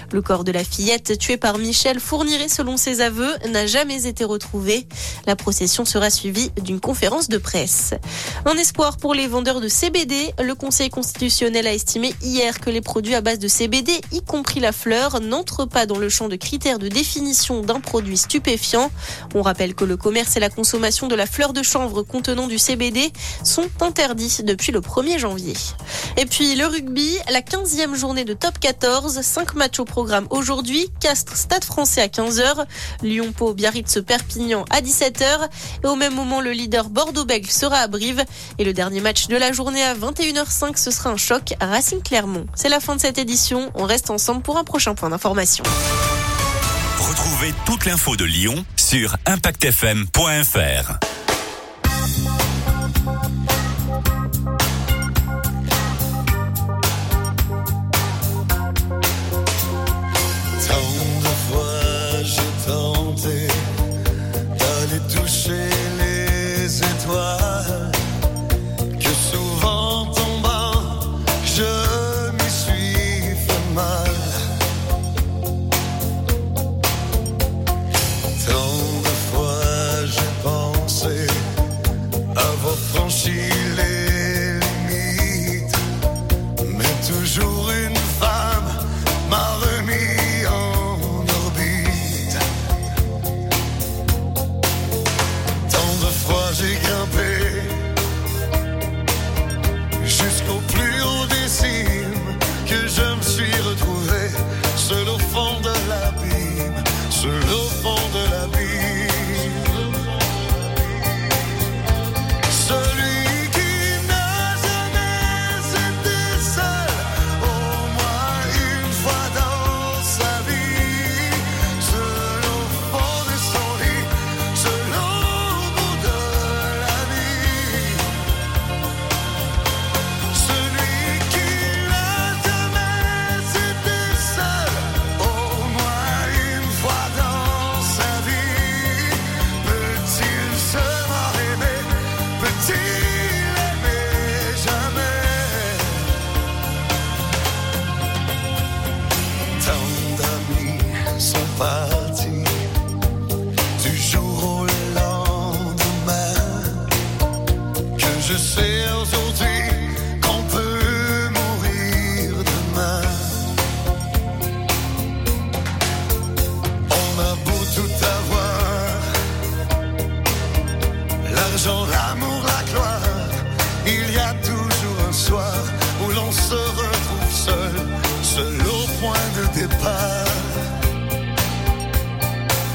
Le corps de la fillette tuée par Michel Fourniret, selon ses aveux, n'a jamais été retrouvé. La procession sera suivie d'une conférence de presse. Un espoir pour les vendeurs de CBD. Le Conseil constitutionnel a estimé hier que les produits à base de CBD, y compris la fleur, n'entrent pas dans le champ de critères de définition d'un produit stupéfiant. On rappelle que le commerce et la consommation de la fleur de chanvre contenant du CBD sont interdits depuis le 1er janvier. Et puis le rugby, la 15e journée de top 14, 5 matchs au programme aujourd'hui. Castres, Stade Français à 15h, Lyon-Pau, Biarritz-Perpignan à 17h. Et au même moment, le leader Bordeaux-Bègles sera à Brive. Et le dernier match de la journée à 21h05, ce sera un choc à Racing-Clermont. C'est la fin de cette édition. On reste ensemble pour un prochain point d'information. Retrouvez toute l'info de Lyon sur impactfm.fr. Toucher les étoiles que souvent tombant je m'y suis fait mal. Tant de fois j'ai pensé avoir franchi les limites, mais toujours une femme m'a remis en orbite. J'ai grimpé jusqu'au plus haut des cimes, que je me suis retrouvé seul au fond de l'abîme, seul au fond de l'abîme. Celui qui n'a jamais été seul, au moins une fois dans sa vie, seul au fond de son lit, seul au bout de parti du jour au lendemain, que je sais aujourd'hui qu'on peut mourir demain. On a beau tout avoir, l'argent, l'amour, la gloire, il y a toujours un soir où l'on se retrouve seul, seul au point de départ.